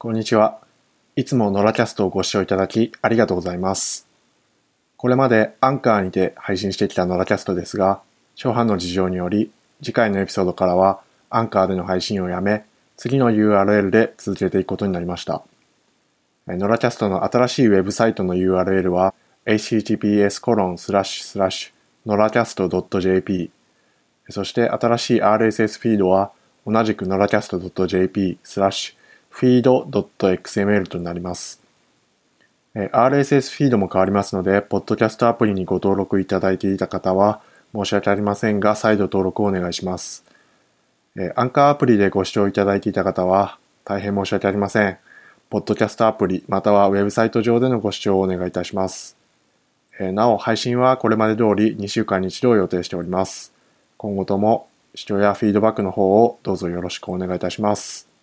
こんにちは。いつもノラキャストをご視聴いただきありがとうございます。これまでアンカーにて配信してきたノラキャストですが、諸般の事情により、次回のエピソードからはアンカーでの配信をやめ、次の URL で続けていくことになりました。ノラキャストの新しいウェブサイトの URL は https://noracast.jp そして新しい RSS フィードは同じく noracast.jp/feed.xml となります。RSS フィードも変わりますので、ポッドキャストアプリにご登録いただいていた方は申し訳ありませんが、再度登録をお願いします。アンカーアプリでご視聴いただいていた方は大変申し訳ありません。ポッドキャストアプリまたはウェブサイト上でのご視聴をお願いいたします。なお、配信はこれまで通り2週間に1度を予定しております。今後とも視聴やフィードバックの方をどうぞよろしくお願いいたします。